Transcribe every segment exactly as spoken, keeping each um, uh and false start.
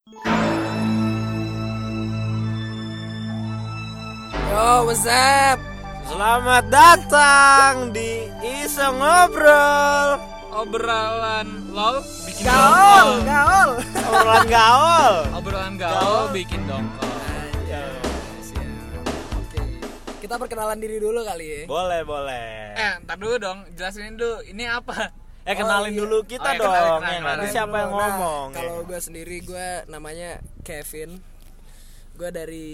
Yo, what's up? Selamat datang di Iseng Ngobrol. Obrolan lol bikin Gaul, dongkol. gaul. Obrolan gaul. Obrolan gaul bikin dongkol. Oke. Kita perkenalan diri dulu kali ya. Boleh, boleh. Eh, ntar dulu dong, jelasin dulu ini apa. Eh kenalin Oh, iya. dulu kita Oh, iya, dong. kenalin, Ya kenalin, nggak? Ini kenalin siapa yang Nah, ngomong? Kalau ya? gue sendiri, gue namanya Kevin. Gue dari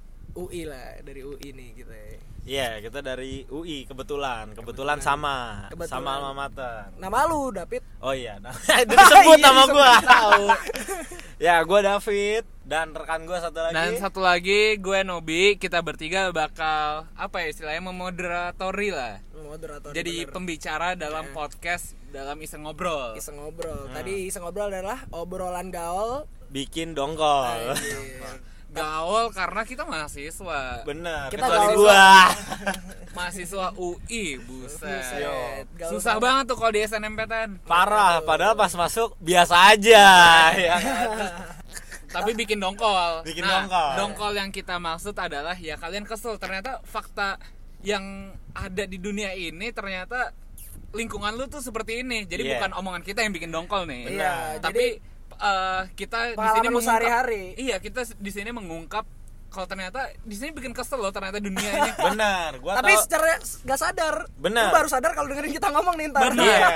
U I lah, dari U I nih kita. Iya, kita dari U I kebetulan. Kebetulan sama. Kebetulan. Sama alma mater. Nama lu, David. Oh iya, nah, itu disebut Iya, nama disebut. gua. Tahu. Ya, gua David dan rekan gua satu lagi. Dan satu lagi gue Nobi, kita bertiga bakal apa ya istilahnya memoderatori lah. Moderator. Jadi bener. pembicara dalam Ya. podcast dalam iseng ngobrol. Iseng ngobrol. Nah. Tadi iseng ngobrol adalah obrolan gaul. Bikin dongkol. Anjir. Gaul karena kita mahasiswa. Bener. Kita kecuali gaul. gua. Mahasiswa U I, buset. Buset. Yo. Gaul Susah banget. banget tuh kalau di S N M P T N. Parah, padahal pas masuk biasa aja. Ya kan? Tapi bikin dongkol. Bikin nah, dongkol. Dongkol yang kita maksud adalah ya kalian kesel ternyata fakta yang ada di dunia ini ternyata lingkungan lu tuh seperti ini. Jadi Yeah. bukan omongan kita yang bikin dongkol nih. Iya, Tapi eh, kita di pengalaman sini lu mengungkap. sehari-hari. Iya, kita di sini mengungkap kalau ternyata di sini bikin kesel loh ternyata dunia ini. Bener, gua Tapi tahu. secara gak sadar. Bener. Lu baru sadar kalau dengerin kita ngomong nih ntar. Bener. Iya.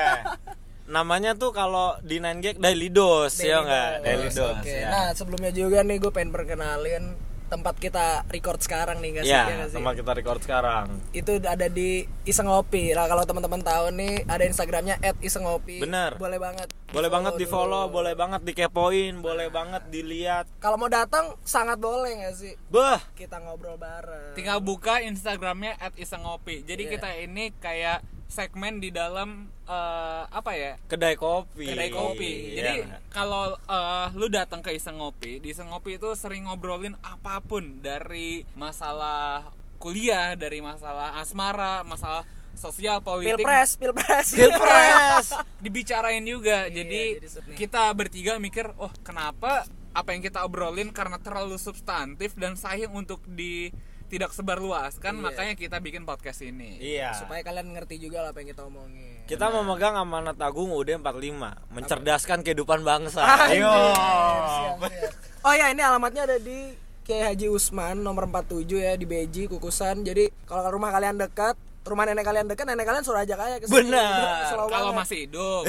Namanya tuh kalau di nine gag Daily Dose, ya enggak? Daily Dose, Dose. oke. Ya. Nah, sebelumnya juga nih gue pengen perkenalin tempat kita record sekarang nih, nggak sih? Ya, Ya nggak sih? tempat kita record sekarang. Itu ada di Iseng Ngopi. Nah, kalau teman-teman tahu nih, ada Instagramnya et iseng ngopi. Bener. Boleh banget. Boleh banget di follow, dulu. boleh banget dikepoin, boleh banget dilihat. Kalau mau datang sangat boleh nggak sih? Beh, Kita ngobrol bareng. Tinggal buka Instagramnya et iseng ngopi. Jadi Iya. kita ini kayak segmen di dalam eh, apa ya? kedai kopi. Kedai kopi. Iya. Jadi kalau eh, lu datang ke Iseng Ngopi, di Iseng Ngopi itu sering ngobrolin apapun dari masalah kuliah, dari masalah asmara, masalah sosial, politik, Pilpres, pilpres. Pilpres. dibicarain juga. Iya, Jadi jadi seru nih. kita bertiga mikir, "Oh, kenapa apa yang kita obrolin karena terlalu substantif dan sayang untuk di tidak sebarluaskan, Iya. makanya kita bikin podcast ini." Iya. Supaya kalian ngerti juga lah apa yang kita omongin. Kita memegang amanat agung U D empat puluh lima, mencerdaskan kehidupan bangsa. Anjir, Ayo. siap, siap. Oh ya, ini alamatnya ada di Kiai Haji Usman nomor empat puluh tujuh ya, di Beji, Kukusan. Jadi kalau rumah kalian dekat, rumah nenek kalian dekat, nenek kalian suruh ajak aja ke sini. Benar. Slow Kalau banget. masih hidup.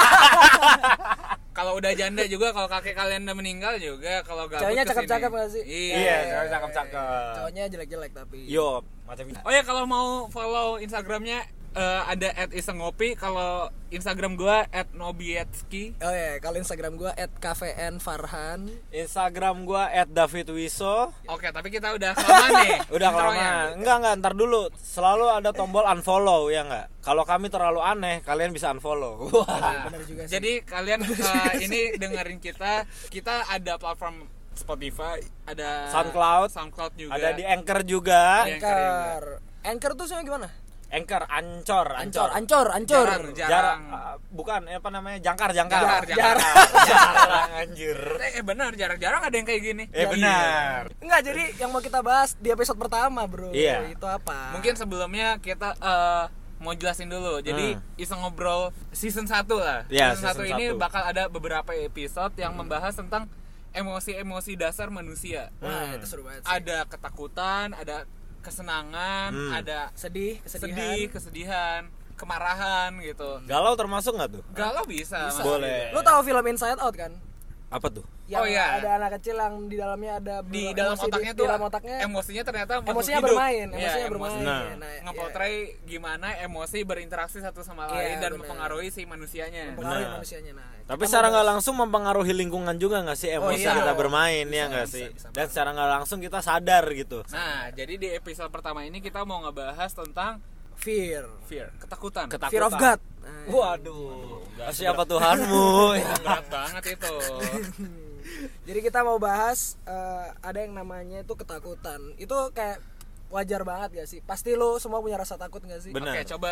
Kalau udah janda juga, kalau kakek kalian udah meninggal juga, kalau gabut Ceweknya kesini. cakep-cakep nggak sih? Iya. Iya, cewek cakep-cakep. Cowoknya jelek-jelek tapi. Yo, macam itu. Oh ya, kalau mau follow Instagramnya eh, ada et iseng ngopi. Kalau Instagram gua et nobietski. Oh ya, kalau Instagram gua et k v n farhan. Instagram gua et david wiso. Oke, tapi kita udah kelamaan nih. Udah intronya. kelamaan. Enggak, enggak, ntar dulu. Selalu ada tombol unfollow ya enggak? Kalau kami terlalu aneh, kalian bisa unfollow. Wah. Nah, Bener juga sih. jadi kalian eh, ini dengerin kita. Kita ada platform Spotify, ada SoundCloud, SoundCloud juga. Ada di Anchor juga. Iya. Anchor. Anchor tuh sebenarnya gimana? Anchor, ancor, Ancor, ancor. ancor, ancor. Jarang, jarang. Jarang, uh, bukan apa namanya? Jangkar, jangkar. Jarang, jarang. Jarang, anjir. Eh, eh benar, jarang-jarang ada yang kayak gini. Eh benar. Enggak, jadi yang mau kita bahas di episode pertama, Bro. Iya. Itu apa? Mungkin sebelumnya kita eh, mau jelasin dulu. Jadi Hmm. iseng ngobrol season satu lah. Iya, season satu season ini satu. bakal ada beberapa episode yang membahas tentang emosi-emosi dasar manusia. Wah, Hmm. itu seru banget sih. Ada ketakutan, ada kesenangan, Hmm. ada Sedih, kesedihan. sedih, kesedihan, kemarahan gitu. Galau termasuk nggak tuh? Galau bisa. Bisa. Mas. Boleh. Lu tahu film Inside Out kan? Apa tuh? Yang Oh, iya. ada anak kecil yang di dalamnya ada Di ber- dalam emosi, otaknya di, tuh di dalam otaknya emosinya ternyata makhluk emosinya hidup. bermain, Iya, emosinya emosi. bermain. Nah. Nah, Ngepotret gimana emosi berinteraksi satu sama Iya, lain dan benar. mempengaruhi si manusianya. mempengaruhi Benar. manusianya. Nah, Tapi kita secara mau nggak bahas- langsung mempengaruhi lingkungan juga nggak sih emosi iya kita dong. bermain ya Bisa, nggak bisa, sih? bisa Dan banget. secara nggak langsung kita sadar gitu. Nah, jadi di episode pertama ini kita mau ngebahas tentang fear, fear, ketakutan. Ketakutan. fear of God. Nah, Waduh, siapa Tuhanmu? Ya. Berat banget itu. Jadi kita mau bahas eh, ada yang namanya itu ketakutan. Itu kayak wajar banget gak sih? Pasti lo semua punya rasa takut gak sih? Bener. Oke, coba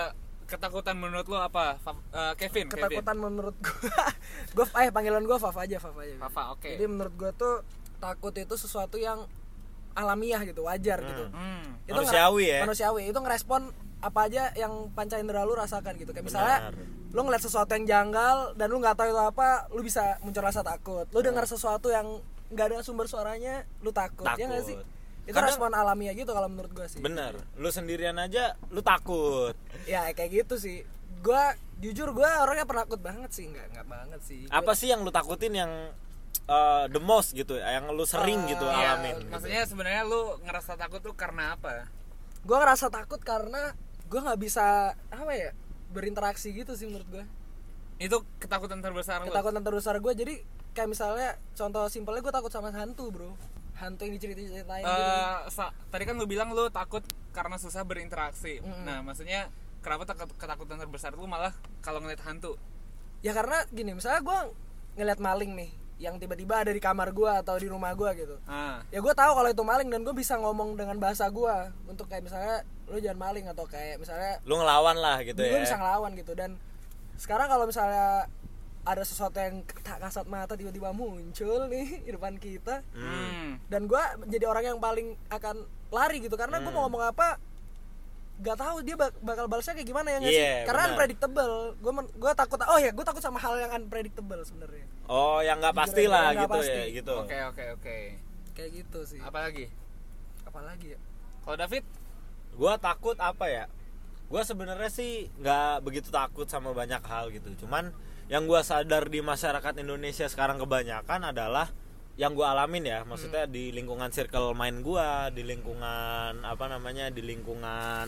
ketakutan menurut lo apa? Fa- uh, Kevin, Ketakutan Kevin. menurut gua gua eh panggilan gua Fafa aja, Fafa aja. Fafa, oke. Jadi menurut gua tuh takut itu sesuatu yang alamiah gitu, wajar Hmm. gitu. Hmm. Itu Manusiawi ngera- ya. Manusiawi. Itu ngerespon apa aja yang panca indera lu rasakan gitu. Kayak misalnya Benar. lu ngeliat sesuatu yang janggal dan lu nggak tahu itu apa, lu bisa muncul rasa takut. Lu dengar sesuatu yang nggak ada sumber suaranya, lu takut, Takut. ya nggak sih? Itu Kadang- respon alamiah gitu kalau menurut gua sih. Bener, lu sendirian aja lu takut. Ya kayak gitu sih. Gua jujur gua orangnya penakut banget sih, nggak nggak banget sih. Gua- Apa sih yang lu takutin yang uh, the most gitu, yang lu sering Uh, gitu Iya, alamin? gitu? maksudnya sebenarnya lu ngerasa takut tuh karena apa? Gue ngerasa takut karena gue nggak bisa apa ya berinteraksi gitu sih menurut gue. Itu ketakutan terbesar lu. Ketakutan terbesar gue, jadi kayak misalnya contoh simpelnya gue takut sama hantu bro, hantu yang diceritain-ceritain gitu. Eh, sa- tadi kan lu bilang lu takut karena susah berinteraksi. Mm-mm. Nah, maksudnya kenapa tak- ketakutan terbesar lu malah kalau ngeliat hantu? Ya karena gini, misalnya gue ngeliat maling nih yang tiba-tiba ada di kamar gue atau di rumah gue gitu. Ah. Ya gue tahu kalau itu maling dan gue bisa ngomong dengan bahasa gue untuk kayak misalnya lu jangan maling, atau kayak misalnya Lu ngelawan lah gitu gue ya. bisa ngelawan gitu. Dan sekarang kalau misalnya ada sesuatu yang tak kasat mata tiba-tiba muncul nih di depan kita, Hmm. dan gue jadi orang yang paling akan lari gitu karena gue mau ngomong apa gak tahu dia bak- bakal balasnya kayak gimana ya nggak sih? Iya, Karena benar. unpredictable. Gue gue takut, oh ya gue takut sama hal yang unpredictable sebenarnya. Oh, yang nggak Jujur pasti aja, lah yang nggak gitu pasti. ya, gitu. Oke, oke, oke. Kayak gitu sih. Apa lagi? Apalagi ya? Kalau David? Gua takut apa ya? Gua sebenarnya sih nggak begitu takut sama banyak hal gitu. Cuman yang gua sadar di masyarakat Indonesia sekarang kebanyakan adalah yang gua alamin ya, maksudnya Hmm. di lingkungan circle main gua, di lingkungan apa namanya, di lingkungan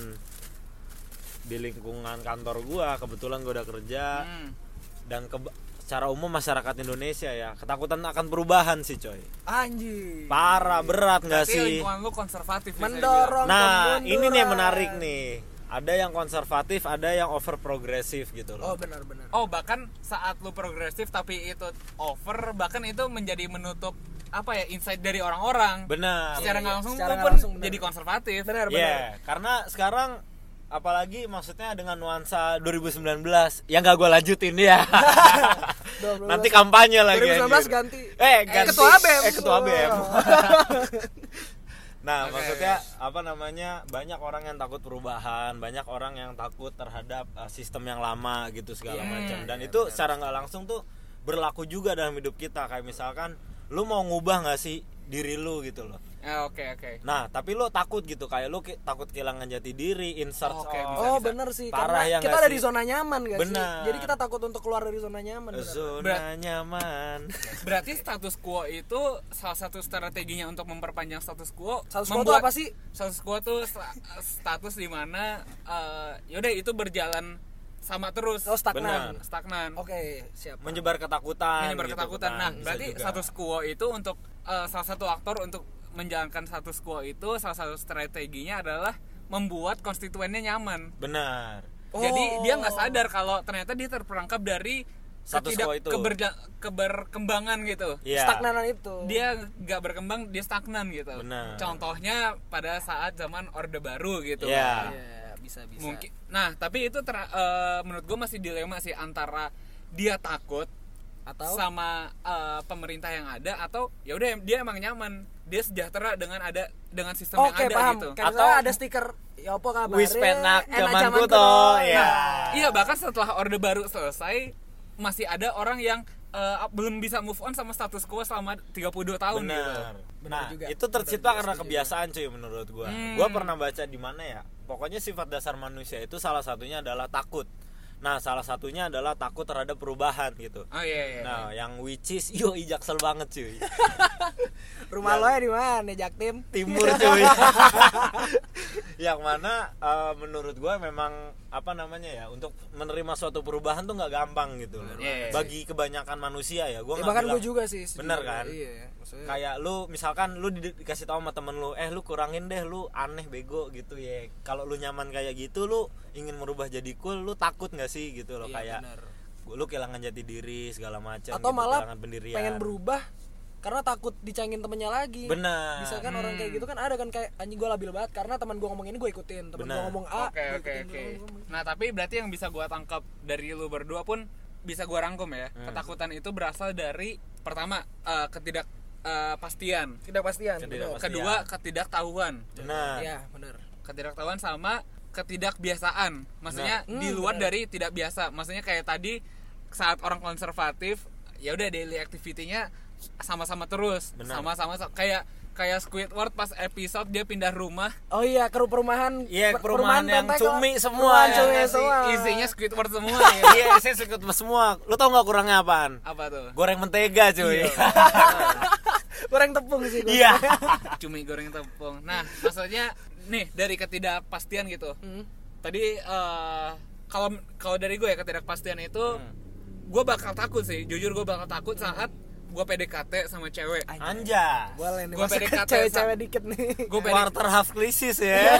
di lingkungan kantor gua, kebetulan gua udah kerja, Hmm. dan ke, secara umum masyarakat Indonesia ya ketakutan akan perubahan sih coy. Anjing. Parah, berat nggak Berarti sih? lingkungan lu konservatif bisa Mendorong Nah, kemunduran. ini nih yang menarik nih. Ada yang konservatif, ada yang over progresif gitu Oh loh. benar-benar. dibilang. Oh, bahkan saat lu progresif tapi itu over, bahkan itu menjadi menutup apa ya, insight dari orang-orang. Benar. Secara Iya, nggak iya. langsung Secara lu nggak pun langsung, benar. jadi konservatif. Benar Iya, benar. karena sekarang apalagi maksudnya dengan nuansa dua ribu sembilan belas yang gak gue lanjutin ya. dua ribu sembilan belas. Nanti kampanye lagi. dua ribu sembilan belas anjir. ganti. Eh, ganti. Ketua B E M. Eh, ketua B E M. Oh. Nah, Oke, maksudnya apa namanya? Banyak orang yang takut perubahan, banyak orang yang takut terhadap uh, sistem yang lama gitu segala Iya, macam. Dan iya, itu benar. secara nggak langsung tuh berlaku juga dalam hidup kita. Kayak misalkan lu mau ngubah nggak sih diri lu gitu loh. Eh, oke, oke. Nah, tapi lu takut gitu, kayak lu ki- takut kehilangan jati diri, in search Oh, oke, of- bisa, Oh bisa. bener sih, Parah karena ya kita nggak ada sih? di zona nyaman gak sih? Benar. Jadi kita takut untuk keluar dari zona nyaman. bener. zona Berat- nyaman. Berarti status quo itu salah satu strateginya untuk memperpanjang status quo. Status quo tuh apa sih? Status quo tuh sta- status di mana eh, yaudah itu berjalan sama terus. Oh stagnan. Benar. Stagnan. Oke siap. Menyebar ketakutan. Menyebar gitu ketakutan. kan. Nah, Bisa berarti juga. status quo itu untuk eh, salah satu aktor untuk menjalankan status quo itu salah satu strateginya adalah membuat konstituennya nyaman. Benar. Jadi Oh. dia nggak sadar kalau ternyata dia terperangkap dari Status ketidak- quo itu. keberja- keberkembangan gitu. Iya. Stagnanan itu. Dia nggak berkembang, dia stagnan gitu. Benar. Contohnya pada saat zaman Orde Baru gitu. Iya. Iya, bisa bisa. Mungkin. Nah, tapi itu ter- eh, menurut gue masih dilema sih antara dia takut Atau sama eh, pemerintah yang ada, atau ya udah dia emang nyaman, dia sejahtera dengan ada dengan sistem Oke yang ada paham. gitu. Kayak Atau- misalnya ada stiker ya apa kabar? Wis penak zamanku toh, ya. Iya, bahkan setelah Orde Baru selesai masih ada orang yang eh, belum bisa move on sama status quo selama tiga puluh dua tahun gitu. Benar. Benar Nah, juga. itu tercipta Benar juga, karena setuju. kebiasaan cuy menurut gua. Hmm. Gua pernah baca di mana ya? Pokoknya sifat dasar manusia itu salah satunya adalah takut. Nah, salah satunya adalah takut terhadap perubahan gitu. Oh iya iya. Nah, yang which is yo jaksel banget cuy. Rumah lo ya di mana, Jaktim? Timur cuy. Yang mana eh, menurut gua memang apa namanya ya, untuk menerima suatu perubahan tuh nggak gampang gitu loh. Iya, iya. Bagi kebanyakan manusia ya, gua Ya, nggak bahkan bilang- gue juga sih. setuju. Bener kan? Iya. Maksudnya. Kayak lu misalkan lu di- dikasih tahu sama temen lu, eh lu kurangin deh, lu aneh bego gitu ya. Kalau lu nyaman kayak gitu, lu ingin merubah jadi cool, lu takut nggak sih gitu loh, Iya, kayak bener. lu kehilangan jati diri segala macam Atau gitu, malah kehilangan pendirian. pengen berubah karena takut dicengin temennya lagi. Benar. Bisa kan Hmm. orang kayak gitu kan ada kan kayak anjing gue labil banget karena teman gue ngomong ini gue ikutin, teman gue Benar. ngomong A. Oke gua oke ikutin, oke. gua ngomong. Nah tapi berarti yang bisa gua tangkap dari lu berdua pun bisa gua rangkum ya. Hmm. Ketakutan itu berasal dari pertama eh, ketidak eh, pastian. Ketidakpastian. Ketidakpastian. bener. Kedua ketidaktahuan. Benar. Iya, benar. Ketidaktahuan sama ketidakbiasaan. Maksudnya Nah. di Hmm, luar benar. dari tidak biasa. Maksudnya kayak tadi saat orang konservatif ya udah daily activity-nya sama-sama terus. Benar. Sama-sama kayak kayak Squidward pas episode dia pindah rumah. Oh iya, ke perumahan. Iya, perumahan yang Tentakel. cumi semua Perumahan ya, cumi nggak sih? semua. Isinya Squidward semua ya. Iya, saya suka semua. Lu tau nggak kurangnya apaan? Apa tuh? Goreng mentega cuy. Goreng tepung sih gua. Iya. Cumi goreng tepung. Nah, maksudnya nih dari ketidakpastian gitu. Hmm. Tadi eh, kalau kalau dari gue ya ketidakpastian itu gue bakal takut sih. Jujur gue bakal takut saat gue P D K T sama cewek. Anjas. Boleh nih. Gua Masuk P D ke K T cewek-cewek dikit nih. Gue P D K T Quarter half krisis ya.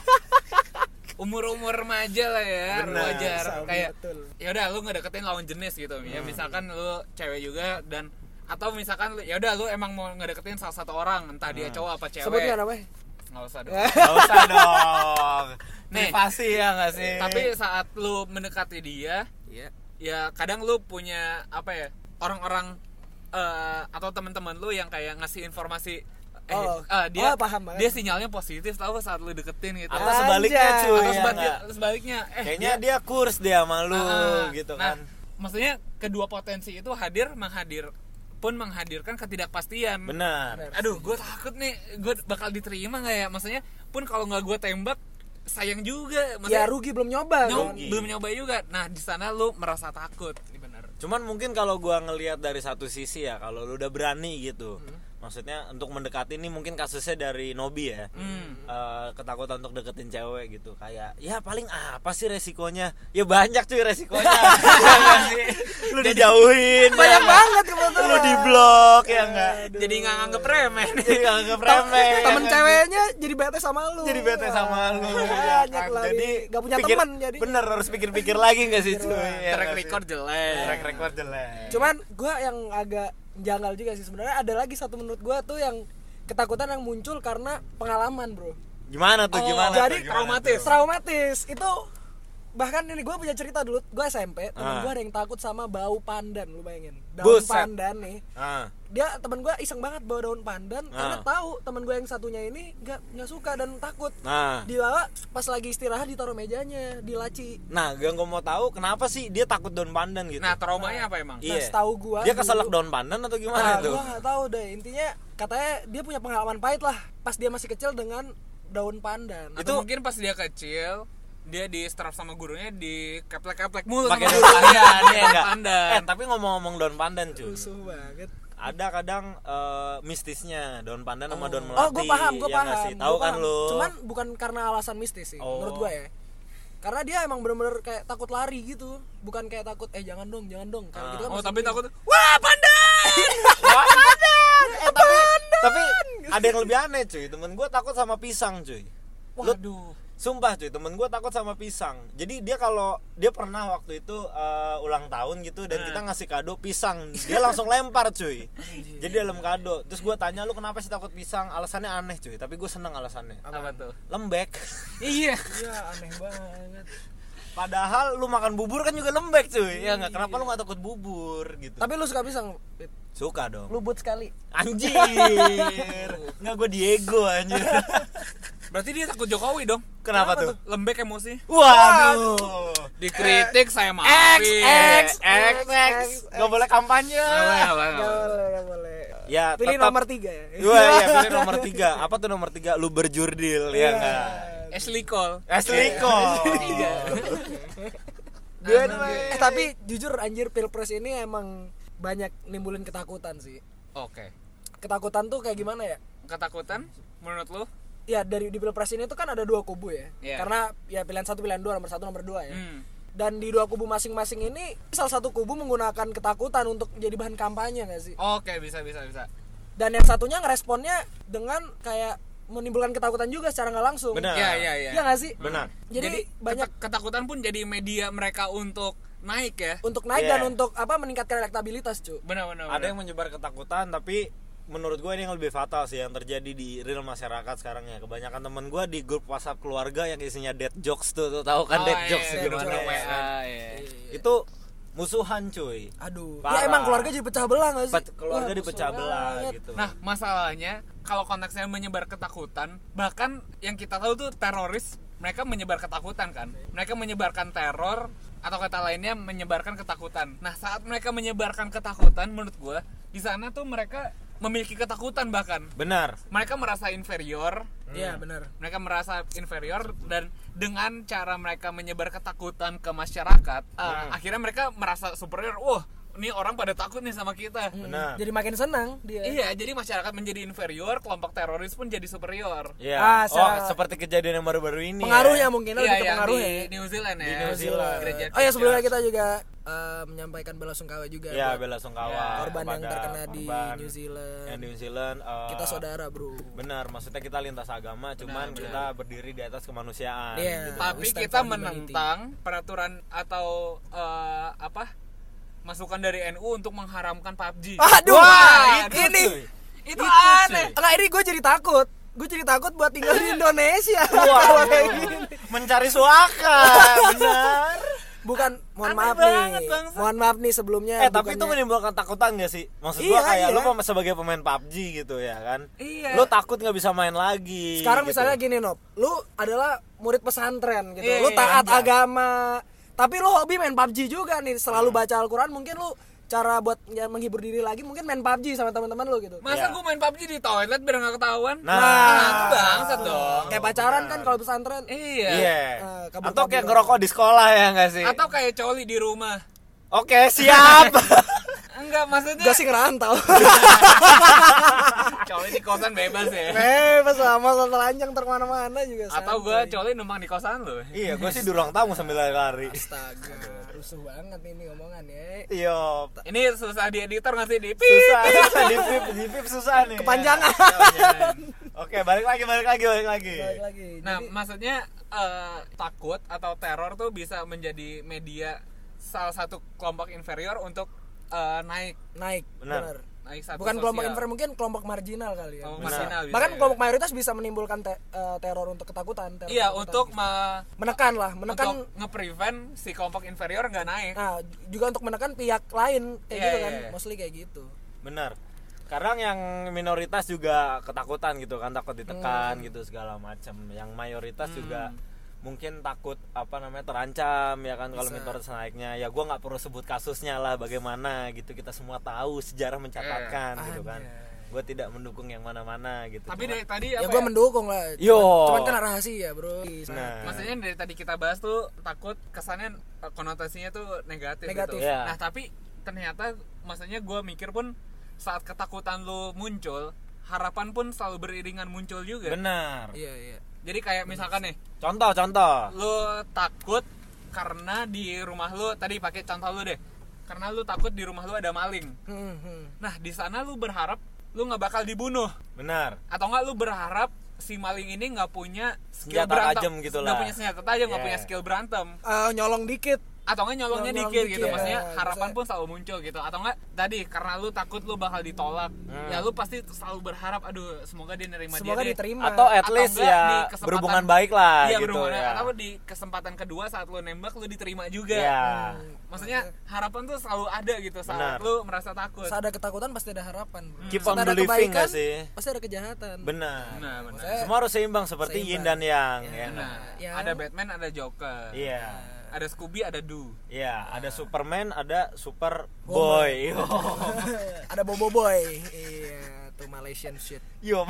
umur-umur remaja lah ya, Benar, wajar. sama, Kayak betul. ya udah lu ngedeketin lawan jenis gitu. Ya misalkan lu cewek juga dan atau misalkan lu ya udah lu emang mau ngedeketin salah satu orang, entah dia cowok apa cewek. Sebutnya apa? Nggak usah dong. Gak usah dong. Nih. Privasi ya nggak sih? Tapi saat lu mendekati dia, Iya. ya kadang lu punya apa ya orang-orang eh, atau teman-teman lu yang kayak ngasih informasi eh, Oh. eh, dia Oh, paham banget. dia sinyalnya positif tahu saat lu deketin gitu. Atau sebaliknya Anjay. cuy. Atau ya sebaliknya, nggak? sebaliknya eh Kayaknya dia kurs dia sama lu ah, gitu nah, kan. maksudnya kedua potensi itu hadir menghadir pun menghadirkan ketidakpastian. Benar. Benar. Aduh, gue takut nih, gue bakal diterima nggak ya? Maksudnya pun kalau nggak gue tembak, sayang juga. Ya Maksudnya, rugi belum nyoba. nyob- kan? rugi. belum nyoba juga. Nah di sana lu merasa takut, benar. Cuman mungkin kalau gua ngelihat dari satu sisi ya, kalau lu udah berani gitu. Maksudnya untuk mendekati ini mungkin kasusnya dari Nobi ya. Hmm. Eh, ketakutan untuk deketin cewek gitu. Kayak ya paling apa sih resikonya? Ya banyak cuy resikonya. Ya nggak sih? Lu dijauhin. Banyak ya. banget kebetulan. Lu di blok ya enggak? Jadi nggak nganggep remeh nih. Jadi nggak nganggep remeh. ya Temen nggak ceweknya jadi bete sama lu. Jadi bete sama lu. ya Banyak kan? lah. Jadi Gak punya pikir- teman jadi. Bener harus pikir-pikir lagi nggak sih cuy? Ya Track nggak sih? record jelek. Track record jelek. Cuman gue yang agak janggal juga sih sebenarnya ada lagi satu menurut gue tuh yang ketakutan yang muncul karena pengalaman bro. Gimana tuh? Oh, Gimana jadi tuh? Gimana traumatis. tuh? Traumatis itu bahkan ini gue punya cerita dulu gue S M P temen Ah. gue ada yang takut sama bau pandan lu bayangin daun Buset. pandan nih Ah. dia temen gue iseng banget bawa daun pandan Ah. karena tahu temen gue yang satunya ini nggak nggak suka dan takut Nah. dibawa pas lagi istirahat ditaruh mejanya di laci. Nah, gue nggak mau tahu kenapa sih dia takut daun pandan gitu. Nah traumanya apa emang? Iya. Nah, setahu gua dia keselak dulu- daun pandan atau Nah, gimana tuh? gue nggak tahu deh intinya katanya dia punya pengalaman pahit lah pas dia masih kecil dengan daun pandan. Atau mungkin pas dia kecil dia di strap sama gurunya di keplek-keplek mulu Pakai sama daun gurunya. pandan ya Daun enggak? pandan. Eh, tapi ngomong-ngomong daun pandan, cuy. Rusuh banget. Ada kadang eh, mistisnya daun pandan sama daun melati. Oh, gue paham, gue ya paham. nggak sih? Gua Tahu kan paham. lu? Cuman bukan karena alasan mistis sih, Oh. menurut gue ya. Karena dia emang bener-bener kayak takut lari gitu, bukan kayak takut eh jangan dong, jangan dong. Kayak Ah. gitu kan. Oh masih tapi mending. takut wah pandan. Wah, pandan. Eh, tapi tapi ada yang lebih aneh, cuy. Temen gue takut sama pisang, cuy. Lu- Waduh. Sumpah cuy, temen gue takut sama pisang. Jadi dia kalau dia pernah waktu itu uh, ulang tahun gitu dan Nah. kita ngasih kado pisang, dia langsung lempar cuy. Jadi dalam kado. Terus gue tanya lu kenapa sih takut pisang? Alasannya aneh cuy, tapi gue seneng alasannya. Apa tuh? Lembek. Iya. Iya, aneh banget. Padahal lu makan bubur kan juga lembek cuy. Ya nggak? Kenapa lu nggak takut bubur gitu? Tapi lu suka pisang? Pit? Suka dong. Lu but sekali. Anjir. Nggak, gue Diego anjir. Berarti dia takut Jokowi dong. Kenapa, tuh? Lembek emosi. Waduh. Dikritik saya X maafin. X X X nggak boleh kampanye. Nggak boleh, nggak boleh, Gak nggak boleh. boleh, gak boleh. Ya, Pilih tetap- nomor tiga ya. Dua ya, pilih nomor tiga. Apa tuh nomor tiga? Lu berjurdil ya enggak? Ashley Cole. Asli kok. Tiga. Dua-dua. Eh tapi jujur anjir pilpres ini emang banyak nimbulin ketakutan sih. Oke. Ketakutan tuh kayak gimana ya? Ketakutan menurut lu? Ya dari di pilpres ini tuh kan ada dua kubu ya. Iya. Karena ya pilihan satu, pilihan dua, nomor satu, nomor dua ya. Hmm. Dan di dua kubu masing-masing ini salah satu kubu menggunakan ketakutan untuk jadi bahan kampanye nggak sih? Oke, bisa bisa bisa. Dan yang satunya ngeresponnya dengan kayak menimbulkan ketakutan juga secara nggak langsung. Benar. Iya, iya, iya. Iya nggak sih? Benar. Jadi, Jadi banyak keta- ketakutan pun jadi media mereka untuk naik ya. untuk naik Iya. dan untuk apa meningkatkan elektabilitas, cu. Benar benar. Ada benar. yang menyebar ketakutan tapi menurut gue ini yang lebih fatal sih yang terjadi di real masyarakat sekarang ya. Kebanyakan temen gue di grup WhatsApp keluarga yang isinya dead jokes tuh, tuh tahu kan Oh, dead iya, jokes iya, gimana grup ya W A, kan? iya. Itu musuhan cuy. Aduh. Parah. Ya emang keluarga jadi pecah belah gak sih? Pe- keluarga Wah, dipecah musuh belah banget. gitu. Nah, masalahnya kalau konteksnya menyebar ketakutan, bahkan yang kita tahu tuh teroris, mereka menyebar ketakutan kan. Mereka menyebarkan teror atau kata lainnya menyebarkan ketakutan. Nah, saat mereka menyebarkan ketakutan, menurut gua di sana tuh mereka memiliki ketakutan bahkan. Benar. Mereka merasa inferior. Iya, benar. Mereka merasa inferior dan dengan cara mereka menyebar ketakutan ke masyarakat, uh, Hmm. akhirnya mereka merasa superior. Wah, ini orang pada takut nih sama kita. Benar. Jadi makin senang dia. Iya, jadi masyarakat menjadi inferior, kelompok teroris pun jadi superior. Iya. Ah, oh, secara- seperti kejadian yang baru-baru ini. Pengaruhnya ya. mungkin Iya, lebih ke yang pengaruh di ya. New Zealand ya. Di New Zealand. Gereja Oh ya, sebelumnya Church. kita juga uh, menyampaikan bela sungkawa juga Iya, buat bela sungkawa Ya, korban yang kepada terkena di korban New Zealand. Yang di New Zealand eh, Kita saudara, Bro. Benar, maksudnya kita lintas agama, cuman benar. kita berdiri di atas kemanusiaan. Iya. gitu. Tapi We stand kita for humanity. menentang peraturan atau eh, apa? Masukan dari N U untuk mengharamkan P U B G. Aduh, Wah, itu ini cuy. itu Itu, aneh. enggak, ini gue jadi takut. Gue jadi takut buat tinggal di Indonesia. Wah, Kalau kayak gini. mencari suaka, benar. Bukan, mohon Aneh maaf banget, nih. bangsa. Mohon maaf nih sebelumnya. Eh tapi itu bukannya- menimbulkan takutan gak sih? Maksud Iya, gua kayak iya. lu pem- sebagai pemain P U B G gitu ya kan. Iya. Lu takut gak bisa main lagi. Sekarang gitu. misalnya gini, Nop. Lu adalah murid pesantren gitu. Iya, Lu iya, taat iya. agama. Tapi lu hobi main P U B G juga nih. Selalu baca Al-Qur'an, mungkin lu cara buat ya, menghibur diri lagi mungkin main P U B G sama teman-teman lu gitu. Masa Iya. gue main P U B G di toilet biar gak ketahuan? Nah. Nah, itu bangsat dong. Kayak pacaran kan kalau pesantren. Iya. Iya. Eh, kabur-kabur. Atau kayak ngerokok di sekolah ya gak sih? Atau kayak coli di rumah. Oke, siap. Enggak, maksudnya Gue sih ngerantau. coli di kosan bebas ya. Bebas sama telanjang terkemana-mana juga. Atau gue santai. coli numpang di kosan lu. Iya, gua sih di ruang tamu sambil lari-lari. Astaga, rusuh banget ini omongan ya. Iya. Ini susah di editor nggak sih di pip? Susah, di pip, di pip susah nih. Kepanjangan. Oke, balik lagi, balik lagi, balik lagi. Balik lagi. Nah, Jadi, maksudnya eh, takut atau teror tuh bisa menjadi media salah satu kelompok inferior untuk eh, naik naik, Benar. benar. naik satu Bukan kelompok sosial. inferior, mungkin kelompok marginal kali ya. Kelompok Benar. marginal bisa, Bahkan ya. kelompok mayoritas bisa menimbulkan te- eh, teror untuk ketakutan. teror Iya, ketakutan untuk gitu. me- menekan lah, menekan. untuk nge-prevent si kelompok inferior nggak naik. Nah, juga untuk menekan pihak lain kayak Iya, gitu iya, kan, iya. mostly kayak gitu. Benar. Kadang yang minoritas juga ketakutan gitu kan, takut ditekan Hmm. gitu segala macam. Yang mayoritas juga mungkin takut apa namanya terancam ya kan kalau Bisa. minoritas naiknya. Ya gua nggak perlu sebut kasusnya lah bagaimana gitu, kita semua tahu sejarah mencatatkan Eh, gitu kan. anjay. Gue tidak mendukung yang mana-mana gitu. Tapi Cuma- dari tadi Ya apa gue ya? mendukung lah. Yo. Cuman kan rahasia, Bro. Nah. Maksudnya dari tadi kita bahas tuh takut kesannya eh, konotasinya tuh negatif, Negatif. gitu. Iya. Nah, tapi ternyata maksudnya gue mikir pun saat ketakutan lu muncul, harapan pun selalu beriringan muncul juga. benar. Iya, iya. Jadi kayak misalkan nih, Contoh, contoh. lu takut karena di rumah lu, tadi pakai contoh lu deh. Karena lu takut di rumah lu ada maling. Hmm, hmm. Nah, di sana lu berharap lu nggak bakal dibunuh, Benar. atau nggak lu berharap si maling ini nggak punya skill Senjata berantem, tajam gitu nggak lah. punya senjata tajam, nggak Yeah. punya skill berantem, Eh, nyolong dikit. atau nggak nyolongnya Nyolong dikit, dikit, gitu. ya. Maksudnya harapan Maksudnya- pun selalu muncul gitu. Atau nggak tadi karena lu takut lu bakal ditolak, Hmm. ya lu pasti selalu berharap, aduh semoga dia nerima Semoga dia deh. diterima. Atau at Atau least enggak ya di kesempatan- berhubungan baik lah Iya, gitu berhubungan, ya. atau di kesempatan kedua saat lu nembak lu diterima juga. Iya. Maksudnya harapan tuh selalu ada gitu saat Benar. lu merasa takut. Saat ada ketakutan pasti ada harapan, Bro. Keep Saat on ada believing kebaikan, gak sih? pasti ada kejahatan. Benar. Nah, benar. Maksudnya- Semua harus seimbang seperti yin Seimbang. dan yang. Ya, Ya. Nah, Ya. ada Batman, ada Joker. Iya. Ada Scooby, ada Do. Iya, ada Superman, ada Super Woman. Boy. Yo. Ada Bobo Boy. Iya, tuh Malaysian shit. Yo.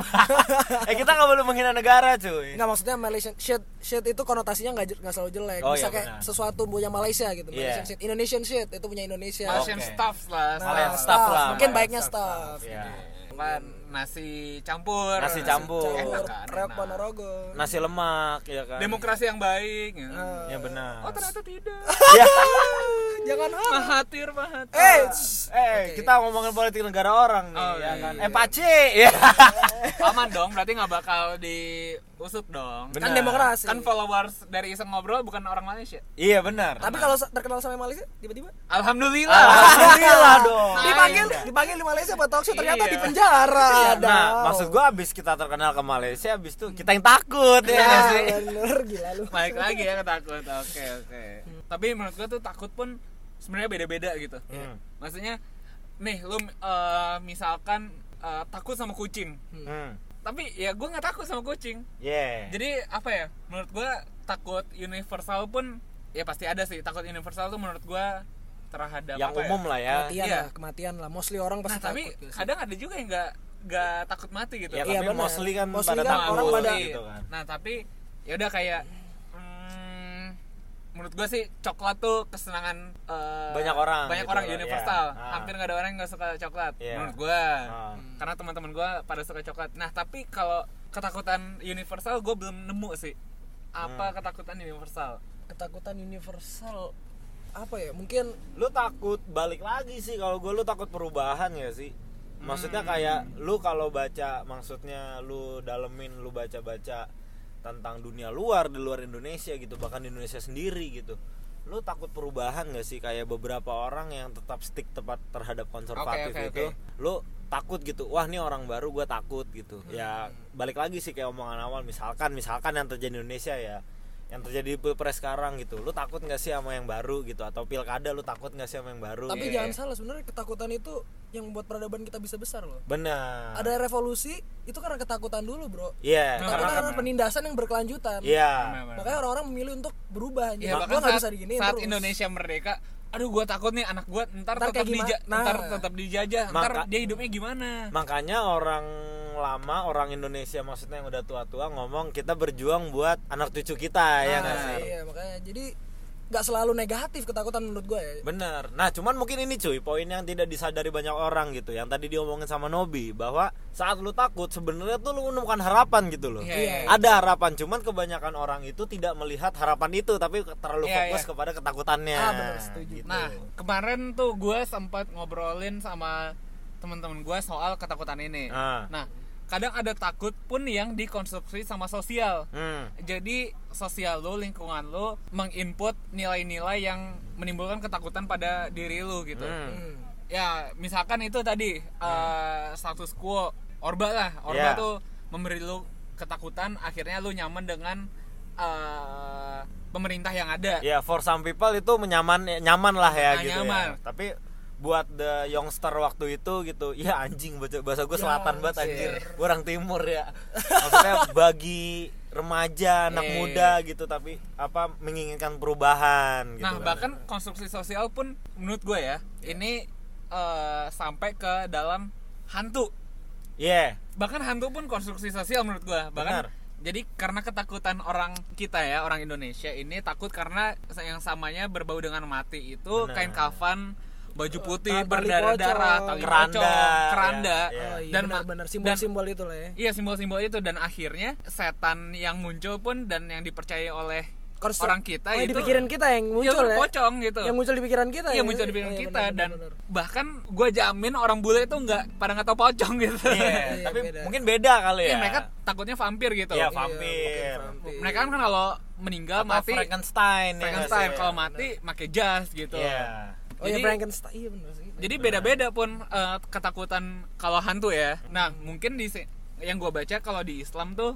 eh kita nggak boleh menghina negara, cuy. Enggak, maksudnya Malaysian shit shit itu konotasinya enggak enggak selalu jelek. Oh, Bisa iya, kayak benar. sesuatu punya Malaysia gitu. Iya. Malaysian shit, Indonesian shit itu punya Indonesia. Malaysian Oke. stuff lah. Nah, Malaysian stuff. stuff lah. Mungkin Malaysian baiknya stuff, stuff. Iya. Apaan? Nasi campur. Nasi campur. Enak kan? Reok Enak. Ponorogo. Nasi lemak ya kan. Demokrasi yang baik. Ah. Ya benar. Oh ternyata tidak. Ya. Jangan harap. Mahathir, Mahathir. Eh, Eh, Oke. kita ngomongin politik negara orang nih, Oh, ya iya, kan? iya. Eh, Pace. Ya. Aman dong, berarti nggak bakal diusut dong. Kan Benar. demokrasi. Kan followers dari Iseng Ngobrol bukan orang Malaysia. Iya benar. Tapi kalau terkenal sama Malaysia tiba-tiba Alhamdulillah. Alhamdulillah dong. Nah, dipanggil iya. dipanggil di Malaysia buat talk show ternyata Iya. di penjara. Nah, maksud gua abis kita terkenal ke Malaysia, abis itu kita yang takut ya ya, nggak sih? bener gila lu. Balik lagi ya ke takut. Oke, oke. Tapi menurut gua tuh takut pun sebenarnya beda-beda gitu. Hmm. Maksudnya nih lu eh, misalkan eh, takut sama kucing. Hmm. Tapi ya gua nggak takut sama kucing. Yeah. Jadi apa ya? Menurut gua takut universal pun ya pasti ada sih. Takut universal tuh menurut gua terhadap yang apa ya? umum lah ya. Kematian Iya. lah, kematian lah. Mostly orang Nah, pasti tapi takut. gitu sih. kadang ada juga yang nggak nggak takut mati gitu. Ya, Iya, tapi benar. mostly kan Mostly pada kan takut orang pada- gitu kan. Nah, tapi ya udah kayak hmm, menurut gua sih coklat tuh kesenangan eh, Banyak orang banyak gitu orang lah, universal. iya. Ah. Hampir nggak ada orang yang nggak suka coklat. Iya. Menurut gua. Ah. Karena teman-teman gua pada suka coklat. Nah, tapi kalau ketakutan universal gua belum nemu sih. Apa Hmm. ketakutan universal? Ketakutan universal apa ya? Mungkin Lu takut balik lagi sih kalau gue, lu takut perubahan ya sih. Maksudnya kayak lu kalau baca, maksudnya lu dalemin, lu baca-baca tentang dunia luar, di luar Indonesia gitu, bahkan di Indonesia sendiri gitu. Lu takut perubahan gak sih? Kayak beberapa orang yang tetap stick tepat terhadap konservatif Oke, oke, itu. oke. Lu takut gitu, wah ini orang baru, gue takut gitu. Ya balik lagi sih kayak omongan awal, misalkan misalkan yang terjadi di Indonesia ya, yang terjadi di pilpres sekarang gitu, lu takut nggak sih sama yang baru gitu, atau pilkada lu takut nggak sih sama yang baru? tapi gitu. jangan salah, sebenarnya ketakutan itu yang membuat peradaban kita bisa besar loh. Benar. Ada revolusi itu karena ketakutan dulu, Bro. Iya. Nah, Ketakutan karena- karena penindasan yang berkelanjutan. Iya. Makanya orang-orang memilih untuk berubah. Ya, Gua bahkan nggak saat, bisa diginiin saat terus. Indonesia merdeka, aduh gua takut nih anak gua ntar, Ntar tetap kayak gimana? dija, Nah. ntar tetap dijajah, ntar Maka- dia hidupnya gimana? Makanya orang lama, orang Indonesia maksudnya yang udah tua-tua ngomong kita berjuang buat anak cucu kita ya nggak Nah, sih? iya, makanya jadi nggak selalu negatif ketakutan menurut gue ya. Bener. Nah, cuman mungkin ini cuy, poin yang tidak disadari banyak orang gitu. Yang tadi diomongin sama Nobi, bahwa saat lu takut sebenarnya tuh lu menemukan harapan gitu loh. Iya, iya. Ada harapan, cuman kebanyakan orang itu tidak melihat harapan itu, tapi terlalu Iya, fokus iya. kepada ketakutannya. Ah, bener, setuju. Gitu. Nah, kemarin tuh gue sempat ngobrolin sama teman-teman gue soal ketakutan ini. Ah. Nah, kadang ada takut pun yang dikonstruksi sama sosial. Hmm. Jadi sosial lo, lingkungan lo menginput nilai-nilai yang menimbulkan ketakutan pada diri lo gitu. Hmm. Hmm. Ya, misalkan itu tadi eh, status quo, orba lah. Orba Yeah. tuh memberi lo ketakutan, akhirnya lo nyaman dengan eh, pemerintah yang ada. Ya, for some people itu menyaman nyaman lah ya Nah, gitu nyaman. ya. Tapi buat the youngster waktu itu gitu, ya anjing, bahasa bahasa gue selatan Ya, banget anjir. anjir. Gue orang timur ya. Maksudnya bagi remaja, anak Iya, muda iya. gitu, tapi apa menginginkan perubahan gitu. Nah, kan. bahkan konstruksi sosial pun menurut gue ya, ini eh, sampai ke dalam hantu. Iya. Bahkan hantu pun konstruksi sosial menurut gue. Bahkan Benar. jadi karena ketakutan orang kita ya, orang Indonesia ini takut karena yang samanya berbau dengan mati itu Benar. kain kafan, baju putih Tali berdarah-darah, pocong. tali Keranda, pocong, keranda. ya, ya. Oh, iya, Dan benar-benar ma- simbol-simbol itu lah ya. Iya, simbol-simbol itu, dan akhirnya setan yang muncul pun dan yang dipercaya oleh Konstru- orang kita oh, itu dipikirin kita yang ya, muncul ya. pocong gitu. Yang muncul di pikiran kita. Iya, ya? muncul di pikiran Iya, kita. benar, Dan benar, benar. bahkan gue jamin orang bule itu nggak pada nggak tahu pocong gitu. Iya, Iya, tapi beda. mungkin beda kali Iya, ya. mereka takutnya vampir gitu. Iya, Iya, vampir. mungkin vampir. Mereka kan kalau meninggal Atau mati Frankenstein, ya Frankenstein, nggak sih? kalau mati pakai jas gitu. Iya. Oh ya Jadi- Frankenstein. Iya benar sih. Jadi beda-beda pun eh, ketakutan kalau hantu ya. Nah, mungkin di si- yang gue baca kalau di Islam tuh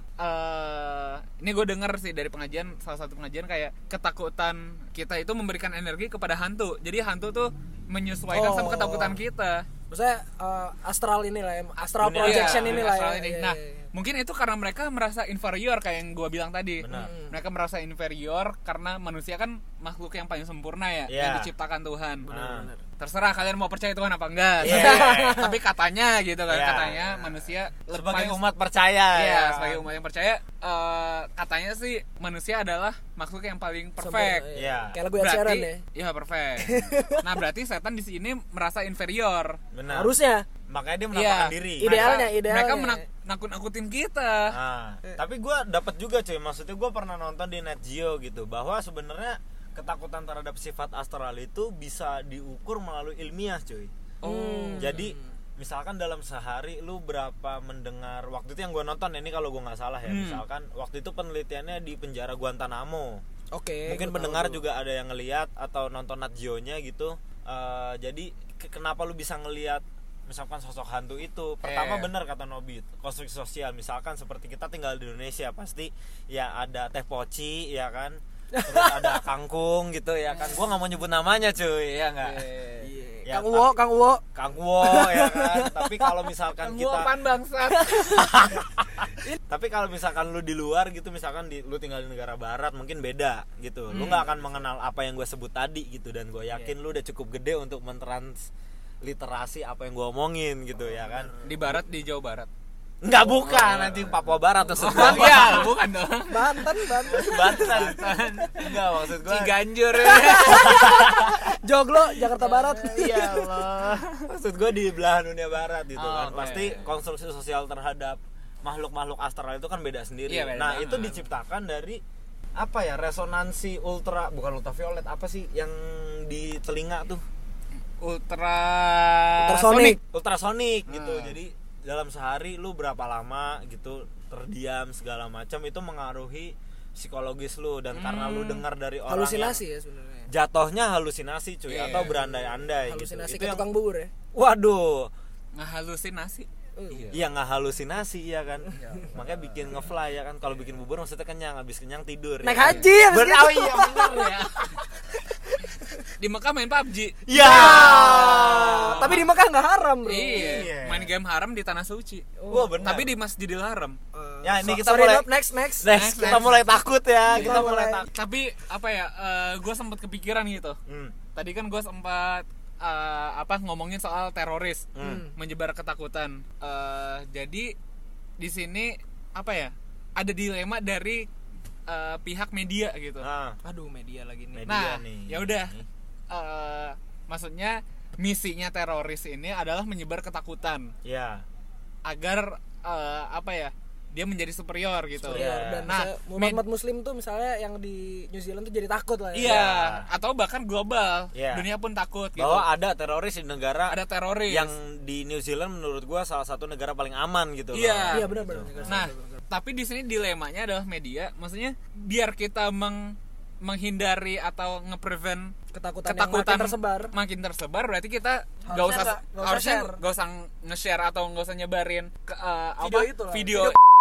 eh ini gue denger sih dari pengajian, salah satu pengajian, kayak ketakutan kita itu memberikan energi kepada hantu. Jadi hantu tuh menyesuaikan sama Oh. ketakutan kita. Maksudnya eh, astral inilah ya, astral Dunia. projection Iya, inilah astral ya. ini. Iya, Nah, iya, iya. mungkin itu karena mereka merasa inferior kayak yang gue bilang tadi. Benar. Hmm. Mereka merasa inferior karena manusia kan makhluk yang paling sempurna ya, Iya. yang diciptakan Tuhan. Nah. Terserah kalian mau percaya Tuhan apa enggak. Iya. Tapi katanya gitu kan, Iya. katanya manusia Sebagai paling- umat percaya Iya, ya. sebagai umat yang percaya, eh, katanya sih manusia adalah makhluk yang paling perfect. Sempurna, Iya. Kayak lagu Ed Sheeran ya. Iya, perfect. Nah, berarti setan di sini merasa inferior. Benar. Harusnya Makanya dia Iya. menampakkan diri. Idealnya, Mereka- idealnya. Mereka menak- nakut-nakutin kita. Nah, tapi gue dapat juga cuy, maksudnya gue pernah nonton di Net Geo gitu, bahwa sebenarnya ketakutan terhadap sifat astral itu bisa diukur melalui ilmiah, cuy. Oh. Jadi misalkan dalam sehari lu berapa mendengar, waktu itu yang gue nonton ini kalau gue nggak salah ya, Hmm. misalkan waktu itu penelitiannya di penjara Guantanamo. Oke. Mungkin gua pendengar tahu. juga ada yang ngelihat atau nonton Nat Geo-nya gitu. Uh, jadi ke- kenapa lu bisa ngelihat misalkan sosok hantu itu? Pertama Eh. benar kata Nobi, konstruksi sosial. Misalkan seperti kita tinggal di Indonesia, pasti ya ada teh poci ya kan, terus ada kangkung gitu ya kan. Gua nggak mau nyebut namanya cuy, ya nggak. Iya. Ya, Kang Uwo, Kang Uwo. Kang Wo ya kan. Tapi kalau misalkan Kamu kita apaan bangsat? tapi kalau misalkan lu di luar gitu, misalkan di, lu tinggal di negara barat mungkin beda gitu. Lu Hmm. nggak akan mengenal apa yang gue sebut tadi gitu, dan gue yakin lu udah cukup gede untuk mentransliterasi apa yang gue omongin gitu ya kan. Di barat, di Jawa Barat. Nggak, bukan, nanti Papua Barat maksud gue. Iya, bukan dong. Banten, Banten. Banten. Enggak, maksud gue. Ciganjur. Joglo, Jakarta Barat. Iya Allah. Maksud gue di belahan dunia barat gitu Oh, kan. oke. Pasti konstruksi sosial terhadap makhluk-makhluk astral itu kan beda sendiri. Iya, beda Nah, banget. itu diciptakan dari apa ya? Resonansi ultra, bukan ultraviolet, apa sih yang di telinga tuh? Ultra Ultrasonic. Ultrasonik gitu. Hmm. Jadi dalam sehari lu berapa lama gitu terdiam segala macam, itu mengaruhi psikologis lu, dan karena lu dengar dari orang Halusinasi yang ya sebenarnya. jatuhnya halusinasi cuy, Iya, atau iya. berandai-andai gitu. Halusinasi Itu ke yang- tukang bubur ya. Waduh. ngehalusinasi. Iya. Iya, nggak halusinasi ya kan. Makanya bikin ngefly ya kan. Kalau bikin bubur maksudnya kenyang, habis kenyang tidur. Naik ya. haji habis Ber- gitu. oh iya benar ya. Di Mekah main P U B G. Iya. Tapi di Mekah nggak haram, Bro. Iya. Iya. Main game haram di tanah suci. Wah, benar. Tapi di Masjidil Haram. Eh, Ya, ini so- kita sorry, mulai- Nob, next next. Next, Next, kita next. mulai takut ya. Kita, Kita mulai mulai- takut. Tapi apa ya? gue sempat kepikiran gitu. Hmm. Tadi kan gue sempat eh, apa ngomongin soal teroris, Hmm. menyebar ketakutan. Eh, jadi di sini apa ya? Ada dilema dari eh, pihak media gitu. Nah, Aduh, media lagi nih. media Nah, nih. ya udah. Eh, maksudnya misinya teroris ini adalah menyebar ketakutan Ya. agar eh, apa ya? Dia menjadi superior gitu. Superior. Iya. Dan Nah, saya- umat muslim tuh misalnya yang di New Zealand tuh jadi takut lah ya. Iya, Ya. atau bahkan global, Ya. dunia pun takut gitu. Bahwa ada teroris di negara Ada teroris. yang di New Zealand menurut gua salah satu negara paling aman gitu. Iya. loh. Iya benar benar. Nah, tapi di sini dilemanya adalah media, maksudnya biar kita meng menghindari atau nge-prevent Ketakutan, ketakutan yang makin tersebar. makin tersebar, berarti kita Harusnya nggak usah nggak- nggak usah harusnya share. nggak usah nge-share atau nggak usah nyebarin ke, eh, Video apa itu lah. video.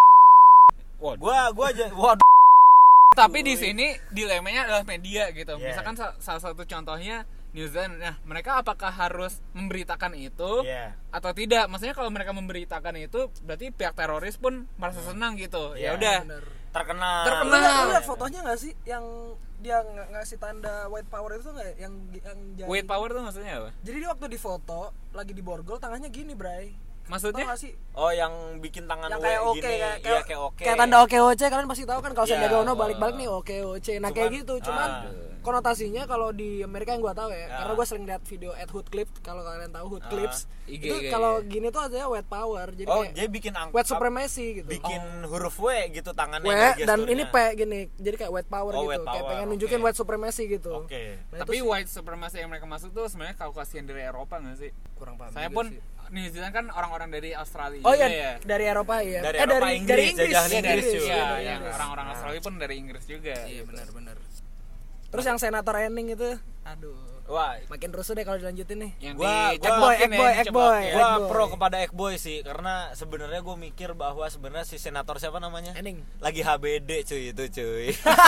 Waduh. Gua gua aja waduh. Tapi di sini dilemanya adalah media gitu. Yeah. Misalkan sa- salah satu contohnya New Zealand. Nah, mereka apakah harus memberitakan itu Iya. atau tidak? Maksudnya kalau mereka memberitakan itu berarti pihak teroris pun merasa senang gitu. Iya. Ya udah. Benar. Terkenal. Terkenal. Lu lihat- lu lihat fotonya nggak sih yang dia ng- ngasih tanda white power itu nggak yang yang jadi Weight power tuh maksudnya apa? Jadi dia waktu di foto lagi di borgol tangannya gini, Bray. Maksudnya? Tahu nggak sih? Oh, yang bikin tangan Yang W kayak oke gini. kayak Iya, kayak oke. kayak tanda oke oce, kalian pasti tahu kan kalau Iya. Sandiaga Uno balik-balik nih oke oce. Nah, kayak Cuman- gitu. Cuman ah. konotasinya kalau di Amerika yang gua tahu ya, Ya. karena gua sering lihat video at Hood Clip, kalau kalian tahu Hood Ah. Clips. I G, Itu I G, kalau ya. gini tuh ada white power. Jadi Oh, kayak dia bikin angka white supremacy gitu. bikin huruf W gitu tangannya. W kayak dan gesturnya. ini P gini. Jadi kayak white power Oh, gitu. white Kayak power, pengen nunjukin oke. white supremacy gitu. Oke. Nah, Tapi itu sih white supremacy yang mereka maksud tuh sebenarnya Kaukasian dari Eropa nggak sih? kurang paham. Saya juga pun sih. New Zealand kan orang-orang dari Australia Oh juga iya, ya. dari Eropa ya. Dari eh Eropa, dari Inggris, dari Inggris. jajahan Iya, dari Inggris juga. iya, dari yang Inggris. orang-orang Australia pun dari Inggris juga. Iya benar-benar. Terus yang senator Enning itu, aduh, Wah, makin rusuh deh kalau dilanjutin nih. Yang Gua- di gua- Cepokin ya, Ekboy, di Ekboy. Cepokin. gua Ekboy. pro kepada Ekboy sih, karena sebenarnya gue mikir bahwa sebenarnya si senator siapa namanya? Enning. Lagi H B D cuy itu cuy.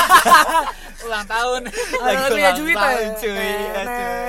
Ulang tahun. Ada lagu ya Juwita ya. cuy. Ya,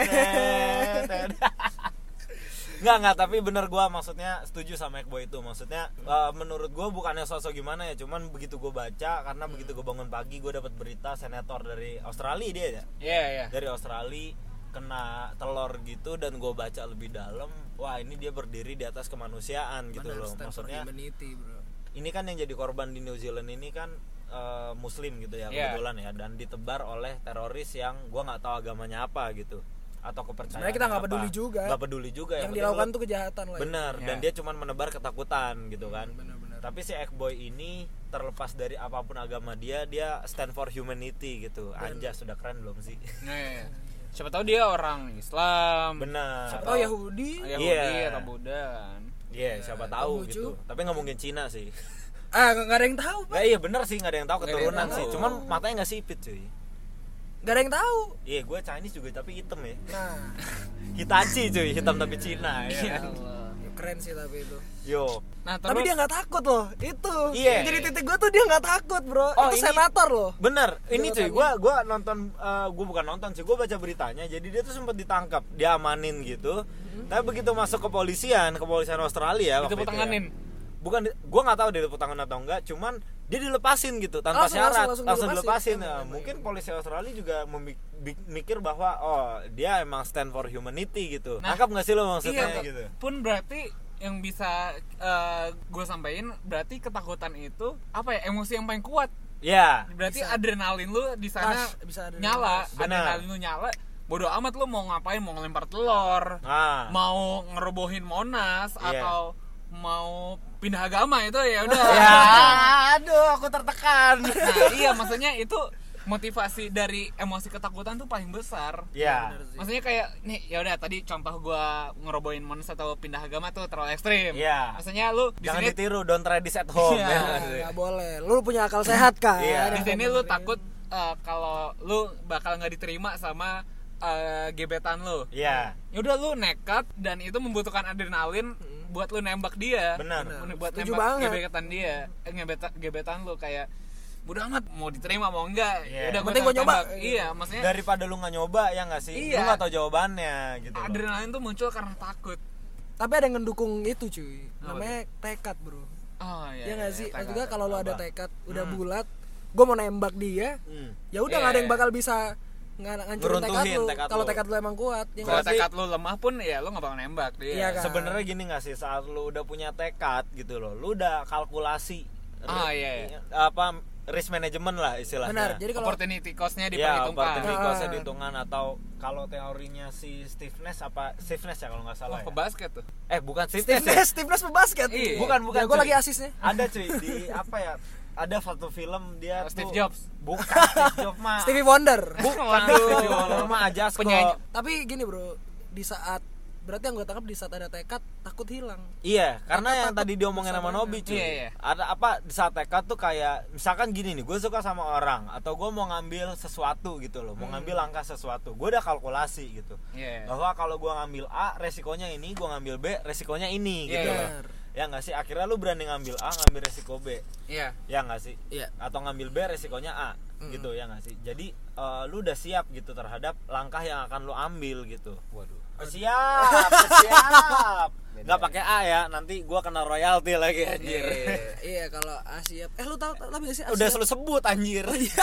cuy. Nggak, nggak, tapi bener gue maksudnya setuju sama Ekboy itu. Maksudnya uh, menurut gue bukannya sosok gimana ya, cuman begitu gue baca, karena begitu gue bangun pagi gue dapat berita senator dari Australia dia ya. Iya, iya. Dari Australia kena telur gitu, dan gue baca lebih dalam, wah ini dia berdiri di atas kemanusiaan gitu Benar, loh. stand for Maksudnya humanity, bro. ini kan yang jadi korban di New Zealand ini kan uh, muslim gitu ya, Iya. kebetulan ya, dan ditebar oleh teroris yang gue nggak tahu agamanya apa gitu, atau kepercayaan. Sebenarnya kita nggak peduli juga. Nggak peduli juga. Yang penting dilakukan lu- tuh kejahatan lah. bener, Ya. dan dia cuma menebar ketakutan gitu kan. Benar-benar. Tapi si Ekboy ini terlepas dari apapun agama dia, dia stand for humanity gitu. Anjas, sudah keren belum sih? Nah, siapa tahu dia orang Islam. Benar. Oh Yahudi. Yahudi Iya. atau Buddha kan. Iya, yeah, siapa tahu Konghucu. gitu. Tapi nggak mungkin Cina sih. Ah, nggak ada yang tahu, Pak. Nggak, iya bener sih, nggak ada yang tahu Nggak ada yang keturunan tahu. sih. Cuman matanya nggak sipit cuy. Nggak ada yang tahu. Iya, gue Chinese juga tapi hitam ya. Nah, Hitachi cuy, hitam tapi Cina ya. Ya kan? Allah. ya keren sih tapi itu. Yo. Nah, terus Tapi dia nggak takut loh, itu. Iya. Jadi titik gue tuh dia nggak takut bro. Oh, itu ini- senator loh. Bener, ini cuy, Jawabannya. gue gua nonton, uh, gue bukan nonton sih, gue baca beritanya. Jadi dia tuh sempat ditangkap, diamanin gitu. Hmm. Tapi begitu masuk kepolisian, kepolisian Australia waktu ditepuk itu ya. tanganin. Bukan, gue nggak tahu dia ditepuk tangan atau enggak. Cuman dia dilepasin gitu tanpa Langsung, syarat, langsung, langsung, langsung dilepasin. dilepasin. Nah, Oh, mungkin baik. polisi Australia juga memik- bi- mikir bahwa oh dia emang stand for humanity gitu. Nah, Nangkap nggak sih lo maksudnya Iya, gitu? pun berarti yang bisa gue sampaikan berarti ketakutan itu apa ya, emosi yang paling kuat. Ya, Berarti Bisa. adrenalin lu di sana Pas, bisa adrenalin nyala, pas. Benar. adrenalin lu nyala. Bodoh amat lu mau ngapain, mau ngelempar telur, nah, mau ngerobohin Monas Iya. atau mau pindah agama itu ya udah. ya, aduh, aku tertekan. Nah, iya maksudnya itu motivasi dari emosi ketakutan tuh paling besar. Ya, Bener sih. Maksudnya kayak nih ya udah tadi contoh gua ngerobohin Monas atau pindah agama tuh terlalu ekstrim. Iya. Maksudnya lu di jangan sini ditiru, don't try this at home. Iya. ya. Nah, nggak boleh. Lu punya akal sehat kan? Iya. di sini lu takut uh, kalau lu bakal nggak diterima sama uh, gebetan lu. Iya, Ya udah lu nekat dan itu membutuhkan adrenalin buat lu nembak dia. benar. Benar. Buat Setuju nembak banget. gebetan dia, eh, gebeta, gebetan lu kayak udah amat mau diterima mau enggak. Iya. Ya udah Penting gua nyoba. Iya, maksudnya Daripada lu nggak nyoba ya nggak sih? Iya. Lu nggak tahu jawabannya gitu. loh. adrenalin tuh muncul karena takut. Tapi ada yang ngedukung itu cuy. Apa Namanya tekad bro. Oh iya. Iya nggak sih? Maksud gue kalau lu ada Apa? tekad udah Hmm. bulat, gue mau nembak dia, Hmm. ya udah Iya, nggak ada yang iya. bakal bisa nggak ngancurin tekad Ngeruntuhin lu. tekad Kalau lu. tekad lu emang kuat, ya Kalau nggak sih? tekad lu lemah pun ya lu nggak bakal nembak dia. Iya kan? Sebenarnya gini nggak sih, saat lu udah punya tekad gitu loh, lu udah kalkulasi. Ah, iya, iya. Apa risk management lah istilahnya. Benar. Jadi kalau Opportunity cost-nya ya, diperhitungkan. opportunity cost-nya Ah. dihitungan, atau kalau teorinya si stiffness apa stiffness ya kalau nggak salah Wah, ya. pebasket tuh. Eh bukan stiffness ya. Stiffness, Stiffness pebasket. Iya. Bukan, bukan, gue cuy. lagi asisnya. Ada cuy di apa ya? Ada satu film dia Oh, tuh Steve Jobs. Bukan Steve Jobs mah. Stevie Wonder. Bukan Waduh. Stevie Wonder mah aja Penyanyi. Tapi gini bro, di saat berarti yang gue tangkap di saat ada tekad takut hilang. Iya, karena Takut- yang takut tadi diomongin sama bersamanya. Nobi cuy. Iya, iya. Ada apa di saat tekad tuh kayak misalkan gini nih, gue suka sama orang atau gue mau ngambil sesuatu gitu loh, mau ngambil langkah sesuatu. Gue udah kalkulasi gitu. Iya. Bahwa kalau gue ngambil A, resikonya ini, gue ngambil B, resikonya ini Iya, gitu iya. loh. Ya nggak sih? Akhirnya lu berani ngambil A, ngambil resiko B. Iya. Ya nggak sih? Iya. Atau ngambil B, resikonya A. Gitu ya nggak sih? Jadi eh, lu udah siap gitu terhadap langkah yang akan lu ambil gitu. Waduh. Siap, siap. Nggak pakai A ya, nanti gua kena royalti lagi anjir. Iya kalau Asiap. Eh lu tahu tapi gak sih Asiap? Udah selalu sebut anjir. Iya.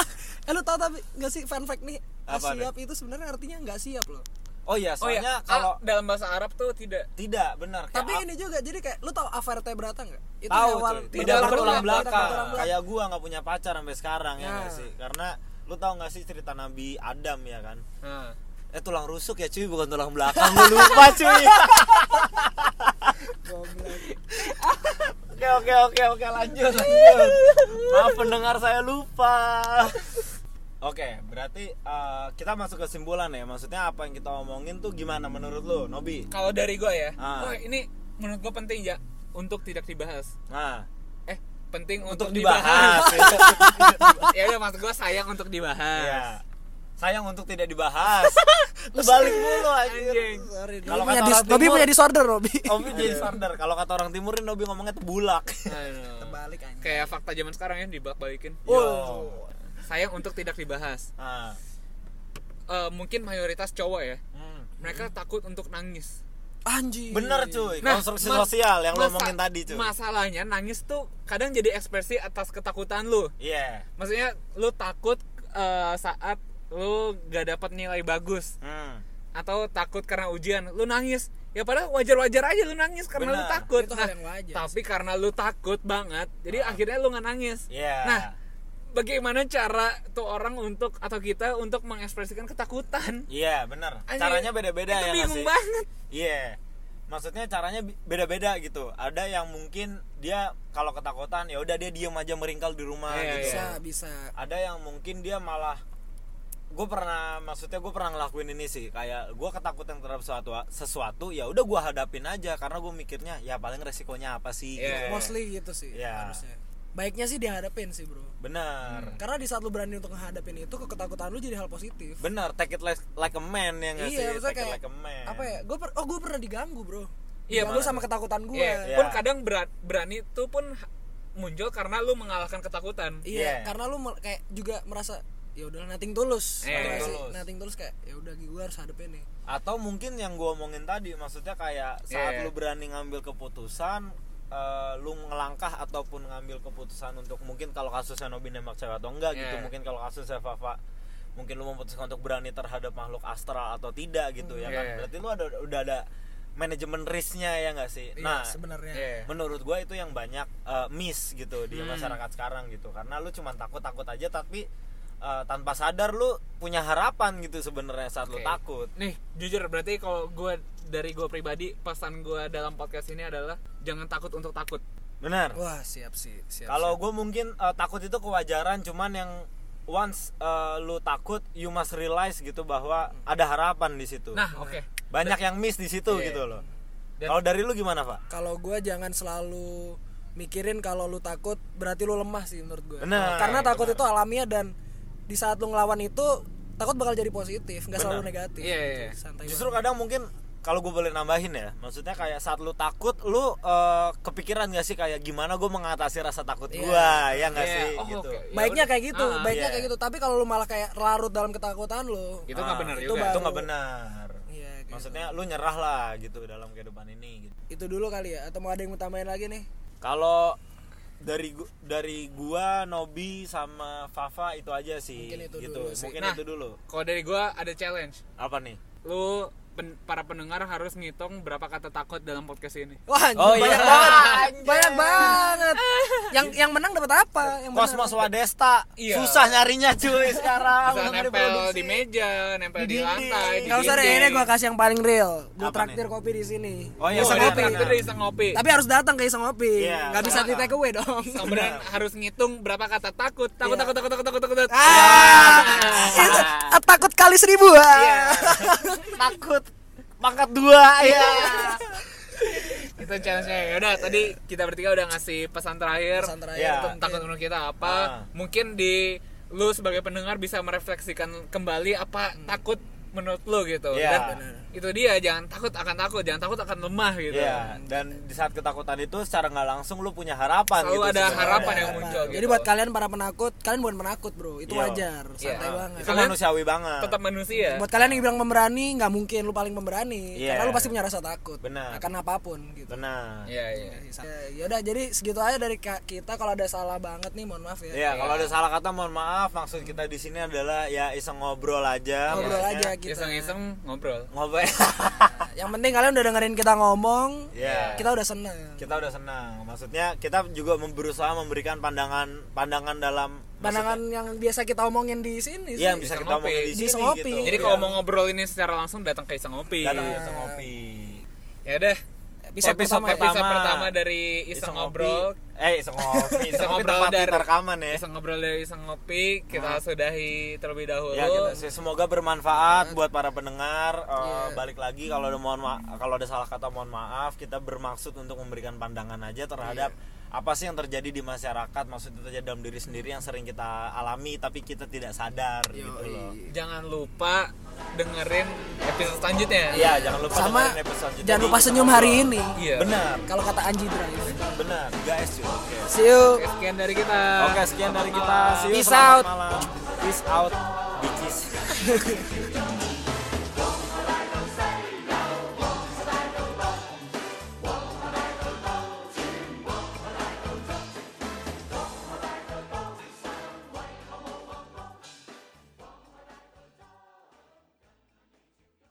eh lu tahu tapi gak sih fun fact nih? Apa Asiap itu sebenarnya artinya nggak siap loh. Oh iya, Oh iya, soalnya kalau kalau dalam bahasa Arab tuh tidak. tidak benar kayak Tapi A- ini juga jadi kayak lu tahu avertebrata nggak? Itu tahu hewan cuy, tidak bertulang bertulang belakang. belakang. Bertulang belakang. Kayak gua nggak punya pacar sampai sekarang ya Nah. nggak sih? Karena lu tahu nggak sih cerita Nabi Adam ya kan? Nah. Eh tulang rusuk ya cuy, bukan tulang belakang. Gua lupa cuy. Oke oke oke oke lanjut lanjut. Maaf pendengar saya lupa. Oke, berarti uh, kita masuk ke kesimpulan ya. Maksudnya apa yang kita omongin tuh gimana menurut lu, Nobi? Kalau dari gue ya, Ah. wah ini menurut gue penting ya untuk tidak dibahas. Nah, Eh, penting untuk, untuk, dibahas. ya udah maksud gue sayang untuk dibahas. Iya. Sayang untuk tidak dibahas. Lu balik mulu anjir. Anjing. Sorry, Kalau Nobi punya, kata dis- orang Nobi timur- punya disorder Nobi. Nobi jadi standar. Kalau kata orang timur ini Nobi ngomongnya tebulak. Aduh. Terbalik anjing. Kayak fakta zaman sekarang ya dibalik-balikin. Yo. Sayang untuk tidak dibahas. Nah. Eh, mungkin mayoritas cowok ya, Hmm. mereka takut untuk nangis. Anjing. Bener cuy, Nah, konstruksi mas- sosial yang lu masa- omongin tadi cuy. Masalahnya nangis tuh kadang jadi ekspresi atas ketakutan lu. Iya. Maksudnya lu takut eh, saat lu gak dapat nilai bagus Hmm. atau takut karena ujian, lu nangis. Ya padahal wajar-wajar aja lu nangis karena lu Benar. takut. Itu Nah, hal yang wajar tapi karena lu takut banget, jadi akhirnya lu nggak nangis. Iya. Nah, bagaimana cara tuh orang untuk atau kita untuk mengekspresikan ketakutan? Iya, benar. Anjing, Caranya beda-beda itu ya nggak bingung sih? banget. Iya. maksudnya caranya bi- beda-beda gitu. Ada yang mungkin dia kalau ketakutan ya udah dia diem aja meringkal di rumah Iya, gitu. Bisa, bisa. Ada yang mungkin dia malah, gue pernah maksudnya gue pernah ngelakuin ini sih, kayak gue ketakutan terhadap sesuatu sesuatu ya udah gue hadapin aja karena gue mikirnya ya paling resikonya apa sih. Iya. gitu. Mostly gitu sih Iya. harusnya. Baiknya sih dihadapin sih, Bro. Benar. Karena di saat lu berani untuk menghadapin itu, ketakutan lu jadi hal positif. Benar, take it like, like a man ya nggak Iya, sih? maksudnya Take kayak it like a man. apa ya? Gue per- oh gue pernah diganggu, Bro. Iya, Diganggu Bang. sama ketakutan gue. Iya, Iya. pun kadang berat, berani itu pun ha- muncul karena lu mengalahkan ketakutan. Iya, Iya. karena lu me- kayak juga merasa ya udah nothing tulus. Iya, Tau gak nothing sih? tulus. Nothing tulus kayak ya udah gue harus hadapin nih. Atau mungkin yang gue omongin tadi, maksudnya kayak saat Iya. lu berani ngambil keputusan, eh, lu ngelangkah ataupun ngambil keputusan untuk mungkin kalau kasusnya Nobi nembak cewek atau enggak gitu, Iya. mungkin kalau kasusnya Fafa mungkin lu memutuskan untuk berani terhadap makhluk astral atau tidak gitu ya kan. Iya. Berarti lu ada udah ada manajemen risknya ya nggak sih? Iya, Nah, sebenarnya. Iya. menurut gue itu yang banyak uh, miss gitu di Hmm. masyarakat sekarang gitu, karena lu cuma takut-takut aja tapi uh, tanpa sadar lu punya harapan gitu sebenarnya saat lu Oke. takut. Nih, jujur berarti kalau gue dari gue pribadi, pesan gue dalam podcast ini adalah jangan takut untuk takut. Benar. Wah, siap sih, siap. Kalau siap. gue mungkin uh, takut itu kewajaran, cuman yang once uh, lu takut, you must realize gitu bahwa ada harapan di situ. Nah, oke. Banyak yang miss di situ Iya. gitu loh. Dan- Kalau dari lu gimana, Pak? Kalau gue jangan selalu mikirin kalau lu takut berarti lu lemah sih menurut gue. Benar, Karena takut benar. itu alamiah dan di saat lu ngelawan itu takut bakal jadi positif, nggak selalu Benar. negatif. Iya, gitu. iya. Santai Justru banget. kadang mungkin kalau gue boleh nambahin ya, maksudnya kayak saat lu takut, lu uh, kepikiran gak sih kayak gimana gue mengatasi rasa takut Iya. gue, ya nggak Iya. sih Oh, gitu. oke. Ya Baiknya udah. kayak gitu, Ah, baiknya iya. kayak gitu. Tapi kalau lu malah kayak larut dalam ketakutan lu, Itu nggak Ah, benar itu juga. baru- Itu nggak benar. Iya, gitu. Maksudnya lu nyerah lah gitu dalam kehidupan ini. Gitu. itu dulu kali ya. Atau mau ada yang mau tambahin lagi nih? Kalau dari gu- dari gua, Nobi sama Fafa itu aja sih. Mungkin itu gitu. dulu sih. Mungkin Nah. itu dulu. Kalau dari gue ada challenge. Apa nih? Lu pen- para pendengar harus ngitung berapa kata takut dalam podcast ini. Wah, anjing, Oh, iya. banyak banget. Banyak banget. Yang yang menang dapat apa? Yang Kosmos menang. Wadesta. Iya. Susah nyarinya cuy sekarang. Bisa Belum nempel diproduksi. di meja, nempel Di di, dinding. lantai, di Enggak usah deh, dinding. ini gua kasih yang paling real. Gua Apa traktir nih? kopi di sini. Oh, iya, Iseng boleh, ngopi. boleh. Traktir di Iseng Ngopi. Tapi harus datang ke Iseng Ngopi. Iya. Enggak bisa di take away dong. Kemudian harus ngitung berapa kata takut. Takut, Iya. takut, takut, takut, takut, takut. Ah, itu, ah, takut kali seribu. Ah. Iya. Takut pangkat dua ya. Itu challenge-nya. Yaudah, tadi kita bertiga udah ngasih pesan terakhir. Pesan terakhir. Iya. Untuk takut menurut kita apa. Ah. Mungkin di lu sebagai pendengar bisa merefleksikan kembali apa takut menurut lu gitu. Iya. Dan Benar. itu dia, jangan takut akan takut, jangan takut akan lemah gitu. Iya, dan di saat ketakutan itu secara nggak langsung lu punya harapan Selalu gitu. ada sebenarnya. harapan yang Apa? muncul Jadi gitu. buat kalian para penakut, kalian bukan penakut, Bro. Itu Iya. wajar, santai Iya. banget. Itu Kalian manusiawi banget. Tetap manusia. Buat kalian yang bilang pemberani, nggak mungkin lu paling pemberani. Iya. Karena lu pasti punya rasa takut. Benar. Akan apapun gitu. Benar. Iya, iya. Ya udah, jadi segitu aja dari ka- kita. Kalau ada salah banget nih, mohon maaf ya. Iya, kalau ada salah kata mohon maaf. Maksud kita di sini adalah ya iseng ngobrol aja. Ngobrol maksudnya. aja kita. Iseng-iseng ngobrol. Ngobrol. Yang penting kalian udah dengerin kita ngomong, Iya. kita udah seneng. Kita udah senang. Maksudnya kita juga mem- berusaha memberikan pandangan pandangan dalam Pandangan yang biasa kita omongin di sini. Iya, yang sih. bisa Iseng kita ngopi. omongin di Di sini Iseng Ngopi. gitu. Jadi Iya. kalau mau ngobrol ini secara langsung datang ke Iseng Ngopi. datang ke Iseng Ngopi. Ya udah. Episode, Episode pertama. Episode Pertama. pertama dari Iseng Ngobrol. Eh, Iseng Ngopi. Iseng Ngopi Ngobrol tempat dari- kita rekaman ya. Iseng ngobrol dari Iseng Ngopi. Kita sudahi terlebih dahulu. Ya, kita, semoga bermanfaat buat para pendengar. Eh, Iya. Balik lagi kalau ada mohon ma- kalau ada salah kata mohon maaf. Kita bermaksud untuk memberikan pandangan aja terhadap apa sih yang terjadi di masyarakat, maksudnya terjadi dalam diri sendiri yang sering kita alami tapi kita tidak sadar gitu loh. Jangan lupa dengerin episode selanjutnya. Iya, jangan lupa Sama dengerin episode selanjutnya jangan di lupa Iseng senyum Ngobrol. hari ini. Iya. Benar, Kalau kata Anji Drive. benar. Guys, cuy. Oke. See you. Oke, sekian dari kita. Oke, sekian dari kita. See you, Peace selamat out. malam. Peace out, bitches.